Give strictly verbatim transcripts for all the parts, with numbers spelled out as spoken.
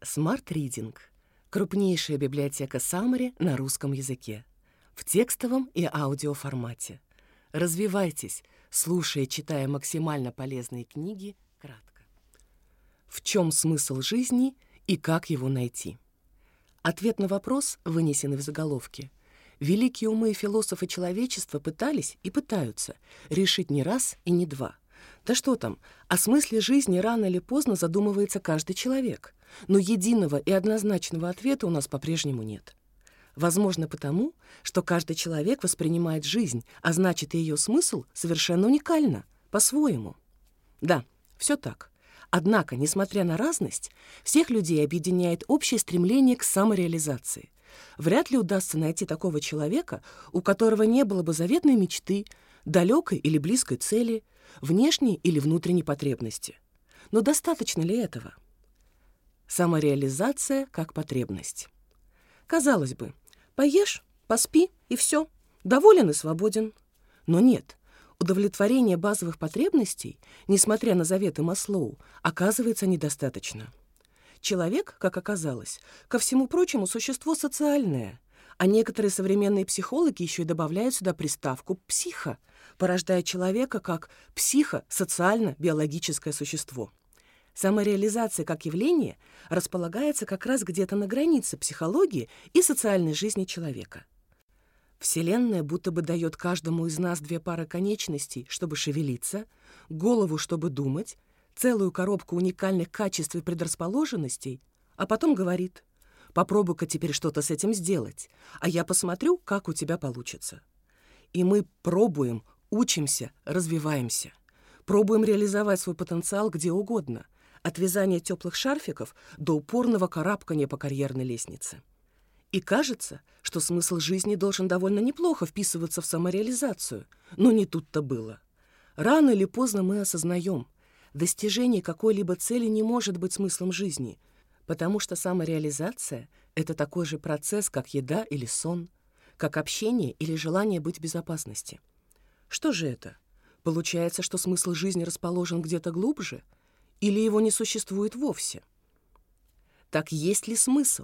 Smart Reading – крупнейшая библиотека Summary на русском языке, в текстовом и аудиоформате. Развивайтесь, слушая и читая максимально полезные книги кратко. В чем смысл жизни и как его найти? Ответ на вопрос, вынесенный в заголовке, великие умы и философы человечества пытались и пытаются решить не раз и не два. Да что там, о смысле жизни рано или поздно задумывается каждый человек, но единого и однозначного ответа у нас по-прежнему нет. Возможно потому, что каждый человек воспринимает жизнь, а значит и ее смысл, совершенно уникально, по-своему. Да, все так. Однако, несмотря на разность, всех людей объединяет общее стремление к самореализации. Вряд ли удастся найти такого человека, у которого не было бы заветной мечты, далекой или близкой цели, внешней или внутренней потребности. Но достаточно ли этого? Самореализация как потребность. Казалось бы, поешь, поспи и все, доволен и свободен. Но нет, удовлетворение базовых потребностей, несмотря на заветы Маслоу, оказывается недостаточно. Человек, как оказалось, ко всему прочему, существо социальное, а некоторые современные психологи еще и добавляют сюда приставку «психо», порождая человека как психо-социально-биологическое существо. Самореализация как явление располагается как раз где-то на границе психологии и социальной жизни человека. Вселенная будто бы дает каждому из нас две пары конечностей, чтобы шевелиться, голову, чтобы думать, целую коробку уникальных качеств и предрасположенностей, а потом говорит: «Попробуй-ка теперь что-то с этим сделать, а я посмотрю, как у тебя получится». И мы пробуем, учимся, развиваемся. Пробуем реализовать свой потенциал где угодно, от вязания теплых шарфиков до упорного карабкания по карьерной лестнице. И кажется, что смысл жизни должен довольно неплохо вписываться в самореализацию, но не тут-то было. Рано или поздно мы осознаем, достижение какой-либо цели не может быть смыслом жизни, потому что самореализация — это такой же процесс, как еда или сон, как общение или желание быть в безопасности. Что же это? Получается, что смысл жизни расположен где-то глубже, или его не существует вовсе? Так есть ли смысл?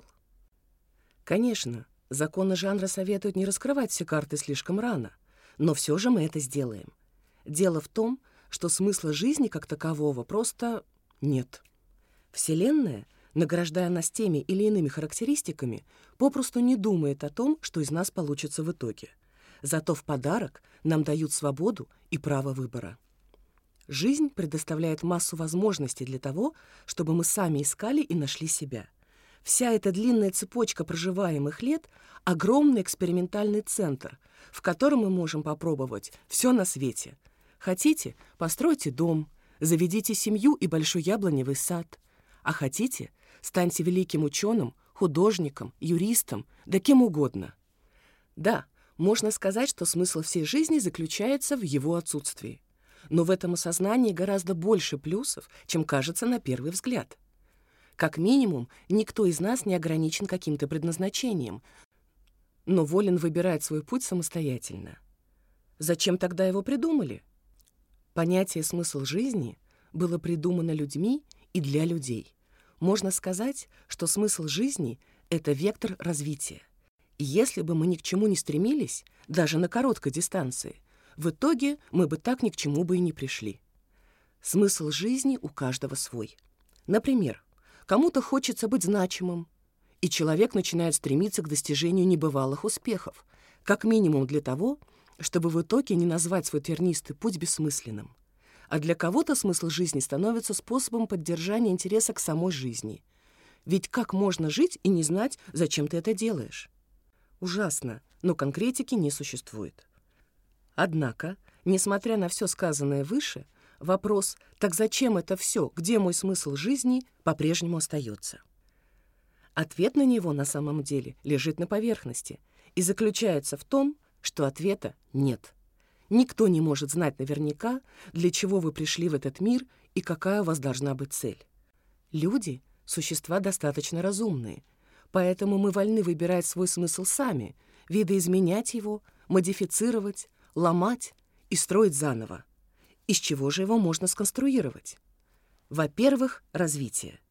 Конечно, законы жанра советуют не раскрывать все карты слишком рано, но все же мы это сделаем. Дело в том, что смысла жизни как такового просто нет. Вселенная, награждая нас теми или иными характеристиками, попросту не думает о том, что из нас получится в итоге. Зато в подарок нам дают свободу и право выбора. Жизнь предоставляет массу возможностей для того, чтобы мы сами искали и нашли себя. Вся эта длинная цепочка проживаемых лет — огромный экспериментальный центр, в котором мы можем попробовать все на свете. Хотите — постройте дом, заведите семью и большой яблоневый сад. А хотите — станьте великим ученым, художником, юристом, да кем угодно. Да, можно сказать, что смысл всей жизни заключается в его отсутствии. Но в этом осознании гораздо больше плюсов, чем кажется на первый взгляд. Как минимум, никто из нас не ограничен каким-то предназначением, но волен выбирать свой путь самостоятельно. Зачем тогда его придумали? Понятие «смысл жизни» было придумано людьми и для людей. Можно сказать, что смысл жизни — это вектор развития. И если бы мы ни к чему не стремились, даже на короткой дистанции, в итоге мы бы так ни к чему бы и не пришли. Смысл жизни у каждого свой. Например, кому-то хочется быть значимым, и человек начинает стремиться к достижению небывалых успехов, как минимум для того, чтобы в итоге не назвать свой тернистый путь бессмысленным. А для кого-то смысл жизни становится способом поддержания интереса к самой жизни. Ведь как можно жить и не знать, зачем ты это делаешь? Ужасно, но конкретики не существует. Однако, несмотря на все сказанное выше, вопрос «так зачем это все? Где мой смысл жизни?» по-прежнему остается. Ответ на него на самом деле лежит на поверхности и заключается в том, что ответа нет. Никто не может знать наверняка, для чего вы пришли в этот мир и какая у вас должна быть цель. Люди — существа достаточно разумные, поэтому мы вольны выбирать свой смысл сами, видоизменять его, модифицировать, ломать и строить заново. Из чего же его можно сконструировать? Во-первых, развитие.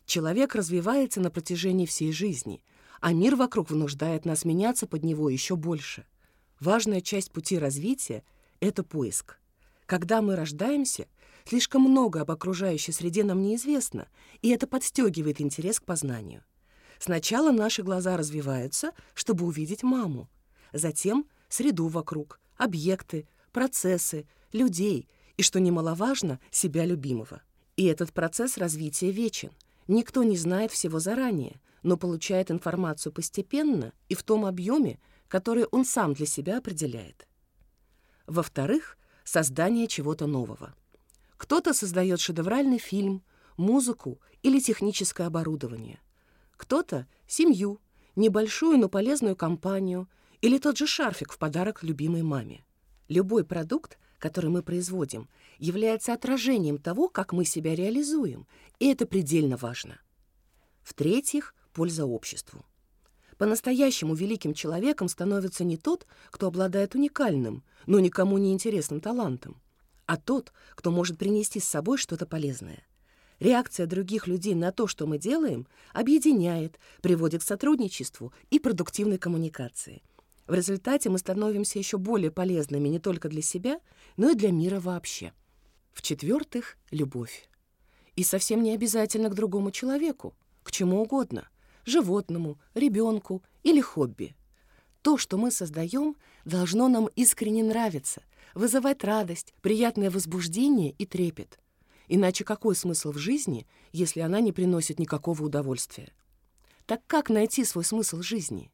Человек развивается на протяжении всей жизни, а мир вокруг вынуждает нас меняться под него еще больше. Важная часть пути развития — это поиск. Когда мы рождаемся, слишком много об окружающей среде нам неизвестно, и это подстегивает интерес к познанию. Сначала наши глаза развиваются, чтобы увидеть маму, затем среду вокруг, объекты, процессы, людей и, что немаловажно, себя любимого. И этот процесс развития вечен. Никто не знает всего заранее, но получает информацию постепенно и в том объеме, который он сам для себя определяет. Во-вторых, создание чего-то нового. Кто-то создает шедевральный фильм, музыку или техническое оборудование. Кто-то — семью, небольшую, но полезную компанию или тот же шарфик в подарок любимой маме. Любой продукт, который мы производим, является отражением того, как мы себя реализуем, и это предельно важно. В-третьих, польза обществу. По-настоящему великим человеком становится не тот, кто обладает уникальным, но никому не интересным талантом, а тот, кто может принести с собой что-то полезное. Реакция других людей на то, что мы делаем, объединяет, приводит к сотрудничеству и продуктивной коммуникации. В результате мы становимся еще более полезными не только для себя, но и для мира вообще. В-четвертых, любовь. И совсем не обязательно к другому человеку, к чему угодно — животному, ребенку или хобби. То, что мы создаем, должно нам искренне нравиться, вызывать радость, приятное возбуждение и трепет. Иначе какой смысл в жизни, если она не приносит никакого удовольствия? Так как найти свой смысл жизни?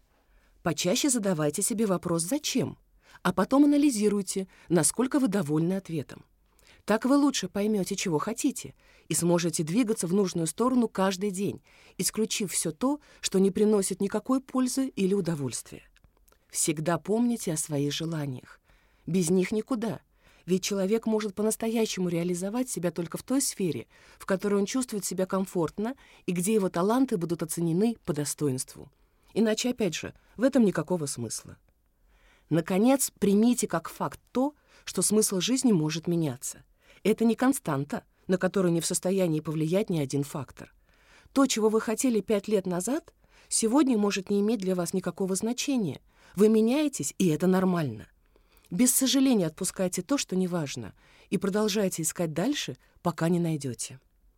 Почаще задавайте себе вопрос «зачем?», а потом анализируйте, насколько вы довольны ответом. Так вы лучше поймете, чего хотите, и сможете двигаться в нужную сторону каждый день, исключив все то, что не приносит никакой пользы или удовольствия. Всегда помните о своих желаниях. Без них никуда. Ведь человек может по-настоящему реализовать себя только в той сфере, в которой он чувствует себя комфортно и где его таланты будут оценены по достоинству. Иначе, опять же, в этом никакого смысла. Наконец, примите как факт то, что смысл жизни может меняться. Это не константа, на которую не в состоянии повлиять ни один фактор. То, чего вы хотели пять лет назад, сегодня может не иметь для вас никакого значения. Вы меняетесь, и это нормально. Без сожаления отпускайте то, что не важно, и продолжайте искать дальше, пока не найдете.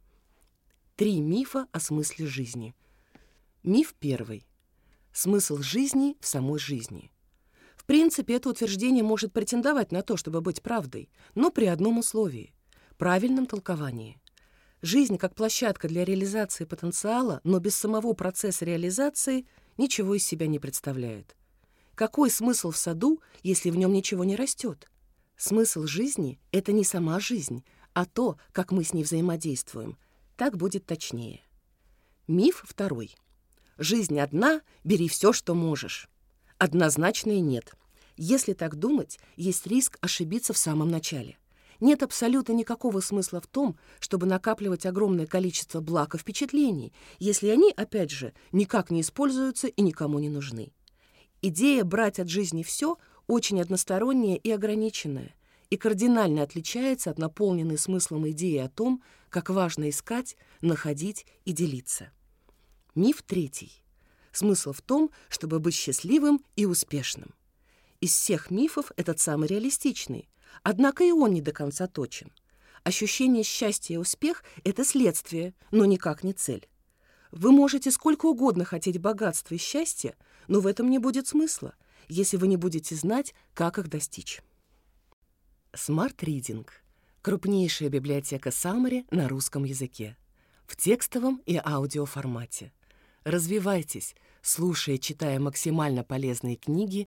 Три мифа о смысле жизни. Миф первый. Смысл жизни в самой жизни. В принципе, это утверждение может претендовать на то, чтобы быть правдой, но при одном условии — правильном толковании. Жизнь как площадка для реализации потенциала, но без самого процесса реализации ничего из себя не представляет. Какой смысл в саду, если в нем ничего не растет? Смысл жизни — это не сама жизнь, а то, как мы с ней взаимодействуем. Так будет точнее. Миф второй. Жизнь одна, бери все, что можешь. Однозначно и нет. Если так думать, есть риск ошибиться в самом начале. Нет абсолютно никакого смысла в том, чтобы накапливать огромное количество благ и впечатлений, если они, опять же, никак не используются и никому не нужны. Идея брать от жизни все очень односторонняя и ограниченная, и кардинально отличается от наполненной смыслом идеи о том, как важно искать, находить и делиться. Миф третий. Смысл в том, чтобы быть счастливым и успешным. Из всех мифов этот самый реалистичный, однако и он не до конца точен. Ощущение счастья и успех — это следствие, но никак не цель. Вы можете сколько угодно хотеть богатства и счастья, но в этом не будет смысла, если вы не будете знать, как их достичь. Smart Reading — крупнейшая библиотека Summary на русском языке, в текстовом и аудиоформате. Развивайтесь, слушая и читая максимально полезные книги